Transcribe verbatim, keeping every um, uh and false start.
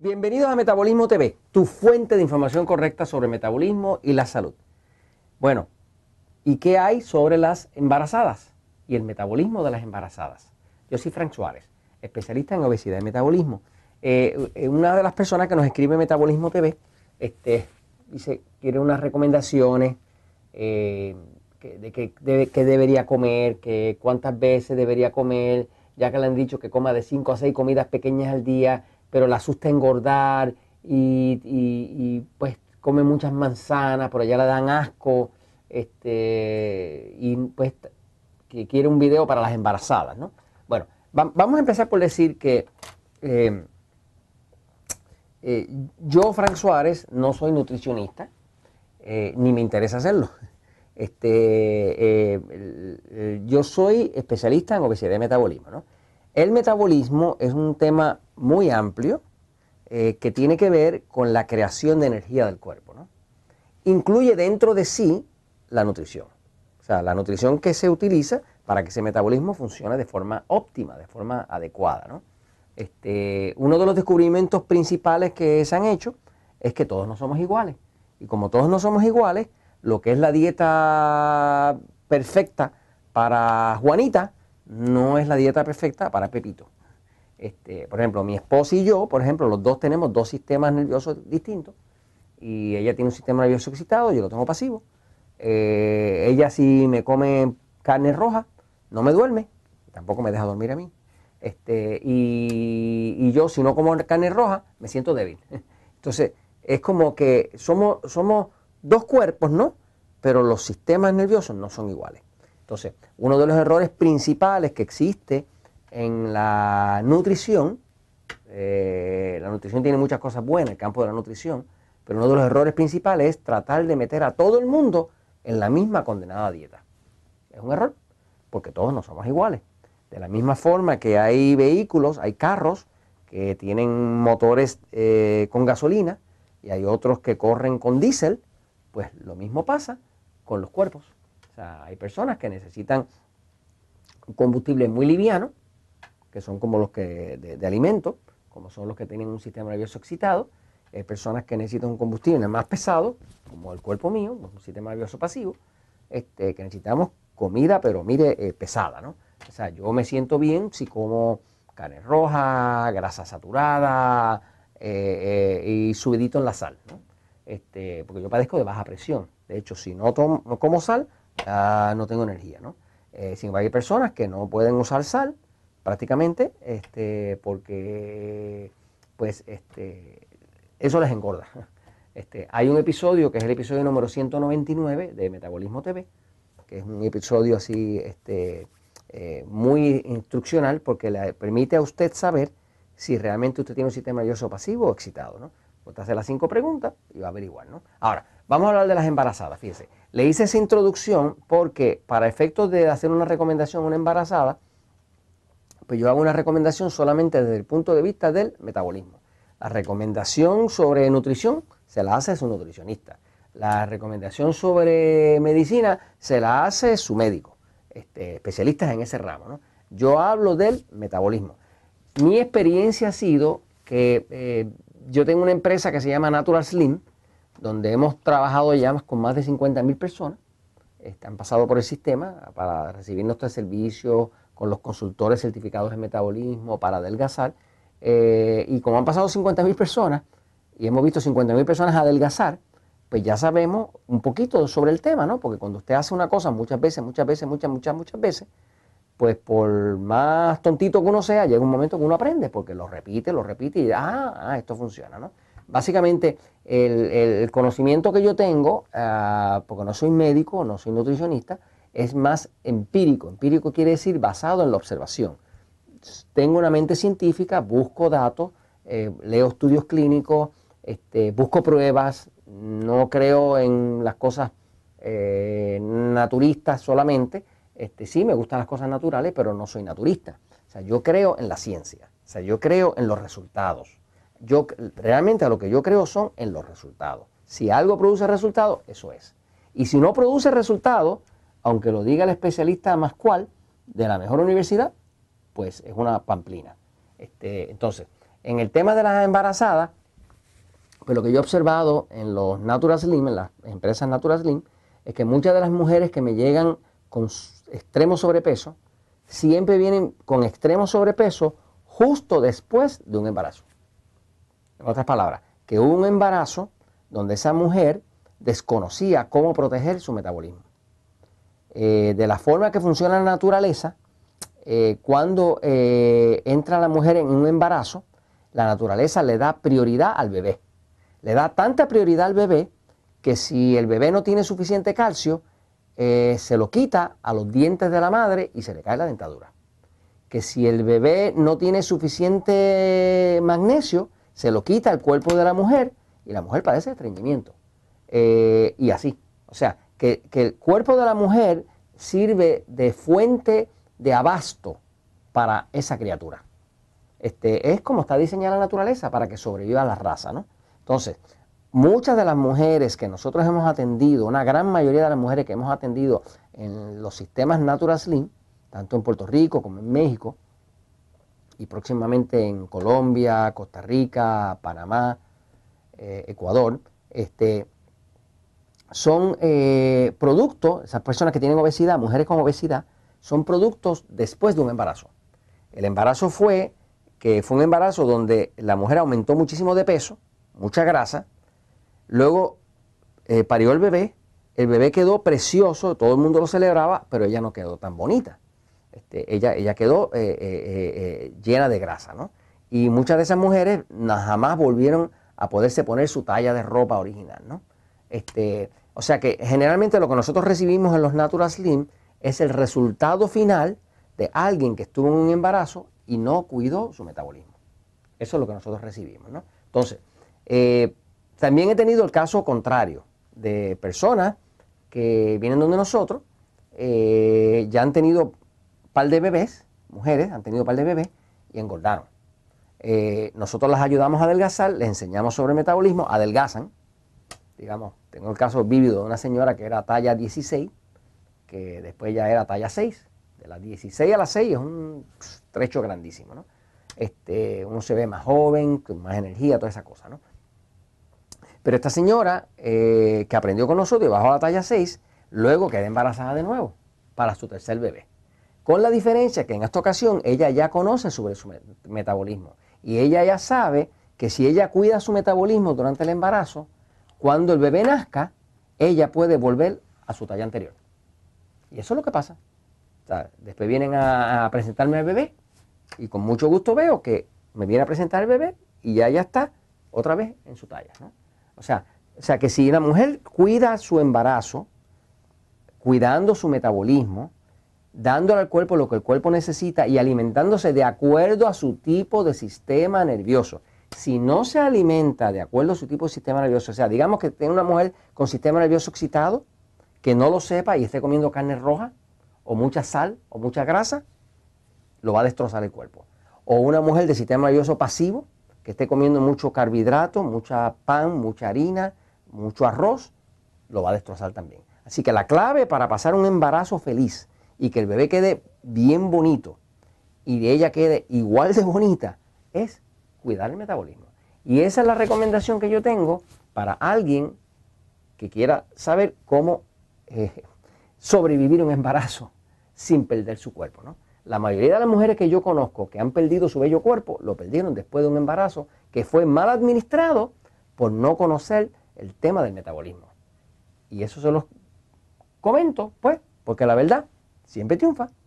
Bienvenidos a Metabolismo T V, tu fuente de información correcta sobre el metabolismo y la salud. Bueno, ¿y qué hay sobre las embarazadas y el metabolismo de las embarazadas? Yo soy Frank Suárez, especialista en obesidad y metabolismo. Eh, una de las personas que nos escribe Metabolismo T V este, dice, quiere unas recomendaciones eh, que, de qué de, que debería comer, que cuántas veces debería comer, ya que le han dicho que coma de cinco a seis comidas pequeñas al día, pero le asusta engordar y, y, y pues come muchas manzanas, pero ya le dan asco, este, y pues que quiere un video para las embarazadas, ¿no? Bueno, va, vamos a empezar por decir que eh, eh, yo, Frank Suárez, no soy nutricionista, eh, ni me interesa hacerlo. Este, eh, eh, yo soy especialista en obesidad y metabolismo, ¿no? El metabolismo es un tema muy amplio eh, que tiene que ver con la creación de energía del cuerpo, ¿no? Incluye dentro de sí la nutrición, o sea, la nutrición que se utiliza para que ese metabolismo funcione de forma óptima, de forma adecuada, ¿no? Este, uno de los descubrimientos principales que se han hecho es que todos no somos iguales. Y como todos no somos iguales, lo que es la dieta perfecta para Juanita no es la dieta perfecta para Pepito. Este, por ejemplo, mi esposa y yo, por ejemplo, los dos tenemos dos sistemas nerviosos distintos. Y ella tiene un sistema nervioso excitado, yo lo tengo pasivo. Eh, ella si me come carne roja, no me duerme, tampoco me deja dormir a mí. Este, y, y yo si no como carne roja, me siento débil. Entonces, es como que somos, somos dos cuerpos, ¿no? Pero los sistemas nerviosos no son iguales. Entonces, uno de los errores principales que existe en la nutrición, eh, la nutrición tiene muchas cosas buenas, el campo de la nutrición, pero uno de los errores principales es tratar de meter a todo el mundo en la misma condenada dieta. Es un error, porque todos no somos iguales. De la misma forma que hay vehículos, hay carros que tienen motores eh, con gasolina y hay otros que corren con diésel, pues lo mismo pasa con los cuerpos. O sea, hay personas que necesitan un combustible muy liviano, que son como los que de, de alimento, como son los que tienen un sistema nervioso excitado. Hay personas que necesitan un combustible más pesado, como el cuerpo mío, un sistema nervioso pasivo, este, que necesitamos comida, pero mire, eh, pesada, ¿no? O sea, yo me siento bien si como carne roja, grasa saturada eh, eh, y subidito en la sal, ¿no? Este, porque yo padezco de baja presión. De hecho, si no, tomo, no como sal, uh, no tengo energía, ¿no? Eh, sin embargo, hay personas que no pueden usar sal prácticamente este, porque pues este, eso les engorda. Este, hay un episodio que es el episodio número ciento noventa y nueve de Metabolismo T V, que es un episodio así este, eh, muy instruccional porque le permite a usted saber si realmente usted tiene un sistema nervioso pasivo o excitado, ¿no? Usted hace las cinco preguntas y va a averiguar, ¿no? Ahora, vamos a hablar de las embarazadas, fíjese. Le hice esa introducción porque para efectos de hacer una recomendación a una embarazada, pues yo hago una recomendación solamente desde el punto de vista del metabolismo. La recomendación sobre nutrición se la hace su nutricionista. La recomendación sobre medicina se la hace su médico, este, especialistas en ese ramo, ¿no? Yo hablo del metabolismo. Mi experiencia ha sido que eh, yo tengo una empresa que se llama Natural Slim, donde hemos trabajado ya con más de cincuenta mil personas. Este, han pasado por el sistema para recibir nuestros servicios con los consultores certificados en metabolismo para adelgazar. Eh, y como han pasado cincuenta mil personas y hemos visto cincuenta mil personas adelgazar, pues ya sabemos un poquito sobre el tema, ¿no? Porque cuando usted hace una cosa muchas veces, muchas veces, muchas, muchas, muchas veces, pues por más tontito que uno sea, llega un momento que uno aprende, porque lo repite, lo repite y ah, ah esto funciona, ¿no? Básicamente, el, el conocimiento que yo tengo, uh, porque no soy médico, no soy nutricionista, es más empírico. Empírico quiere decir basado en la observación. Tengo una mente científica, busco datos, eh, leo estudios clínicos, este, busco pruebas, no creo en las cosas eh, naturistas solamente. Este, sí, me gustan las cosas naturales, pero no soy naturista. O sea, yo creo en la ciencia, o sea, yo creo en los resultados. Yo realmente a lo que yo creo son en los resultados. Si algo produce resultados, eso es. Y si no produce resultados, aunque lo diga el especialista más cual de la mejor universidad, pues es una pamplina. Este, entonces, En el tema de las embarazadas, pues lo que yo he observado en los Natural Slim, en las empresas Natural Slim, es que muchas de las mujeres que me llegan con extremo sobrepeso, siempre vienen con extremo sobrepeso justo después de un embarazo. En otras palabras, que hubo un embarazo donde esa mujer desconocía cómo proteger su metabolismo. Eh, de la forma que funciona la naturaleza, eh, cuando eh, entra la mujer en un embarazo, la naturaleza le da prioridad al bebé. Le da tanta prioridad al bebé que si el bebé no tiene suficiente calcio, eh, se lo quita a los dientes de la madre y se le cae la dentadura. Que si el bebé no tiene suficiente magnesio, se lo quita al cuerpo de la mujer y la mujer padece estreñimiento. Eh, y así. O sea, que, que el cuerpo de la mujer sirve de fuente de abasto para esa criatura. Este, es como está diseñada la naturaleza para que sobreviva la raza, ¿no? Entonces, muchas de las mujeres que nosotros hemos atendido, una gran mayoría de las mujeres que hemos atendido en los sistemas Natural Slim, tanto en Puerto Rico como en México, y próximamente en Colombia, Costa Rica, Panamá, eh, Ecuador, este, son eh, productos, esas personas que tienen obesidad, mujeres con obesidad, son productos después de un embarazo. El embarazo fue que fue un embarazo donde la mujer aumentó muchísimo de peso, mucha grasa, luego eh, parió el bebé, el bebé quedó precioso, todo el mundo lo celebraba, pero ella no quedó tan bonita. Este, ella, ella quedó eh, eh, eh, llena de grasa, ¿no? Y muchas de esas mujeres jamás volvieron a poderse poner su talla de ropa original, ¿no? Este, o sea que generalmente lo que nosotros recibimos en los Natural Slim es el resultado final de alguien que estuvo en un embarazo y no cuidó su metabolismo. Eso es lo que nosotros recibimos, ¿no? Entonces, eh, también he tenido el caso contrario de personas que vienen donde nosotros, eh, ya han tenido par de bebés, mujeres han tenido par de bebés y engordaron. Eh, nosotros las ayudamos a adelgazar, les enseñamos sobre metabolismo, adelgazan. Digamos, tengo el caso vívido de una señora que era talla dieciséis, que después ya era talla seis. De las dieciséis a las seis es un trecho grandísimo, ¿no? Este, uno se ve más joven, con más energía, toda esa cosa, ¿no? Pero esta señora eh, que aprendió con nosotros y bajó a la talla seis, luego queda embarazada de nuevo para su tercer bebé. Con la diferencia que en esta ocasión ella ya conoce sobre su metabolismo y ella ya sabe que si ella cuida su metabolismo durante el embarazo, cuando el bebé nazca, ella puede volver a su talla anterior. Y eso es lo que pasa. O sea, después vienen a, a presentarme al bebé y con mucho gusto veo que me viene a presentar el bebé y ya ya está otra vez en su talla, ¿no? O sea, o sea que si la mujer cuida su embarazo, cuidando su metabolismo, dándole al cuerpo lo que el cuerpo necesita y alimentándose de acuerdo a su tipo de sistema nervioso. Si no se alimenta de acuerdo a su tipo de sistema nervioso, o sea, digamos que tiene una mujer con sistema nervioso excitado, que no lo sepa y esté comiendo carne roja, o mucha sal, o mucha grasa, lo va a destrozar el cuerpo. O una mujer de sistema nervioso pasivo, que esté comiendo mucho carbohidrato, mucha pan, mucha harina, mucho arroz, lo va a destrozar también. Así que la clave para pasar un embarazo feliz y que el bebé quede bien bonito y ella quede igual de bonita es cuidar el metabolismo. Y esa es la recomendación que yo tengo para alguien que quiera saber cómo eh, sobrevivir un embarazo sin perder su cuerpo, ¿no? La mayoría de las mujeres que yo conozco que han perdido su bello cuerpo, lo perdieron después de un embarazo que fue mal administrado por no conocer el tema del metabolismo. Y eso se los comento, pues, porque la verdad siempre triunfa.